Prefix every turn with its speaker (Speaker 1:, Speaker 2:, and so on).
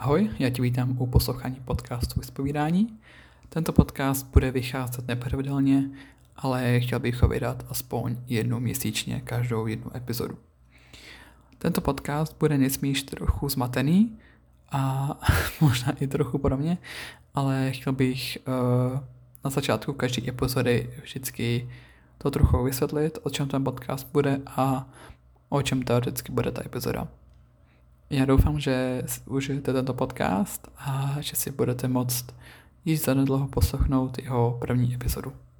Speaker 1: Ahoj, já tě vítám u poslouchání podcastu Vyspovídání. Tento podcast bude vycházet nepravidelně, ale chtěl bych ho vydat aspoň jednou měsíčně, každou jednu epizodu. Tento podcast bude nesmíš trochu zmatený a možná i trochu podobně, ale chtěl bych na začátku každé epizody vždycky to trochu vysvětlit, o čem ten podcast bude a o čem teoreticky bude ta epizoda. Já doufám, že užijete tento podcast a že si budete moct již zanedlouho poslechnout jeho první epizodu.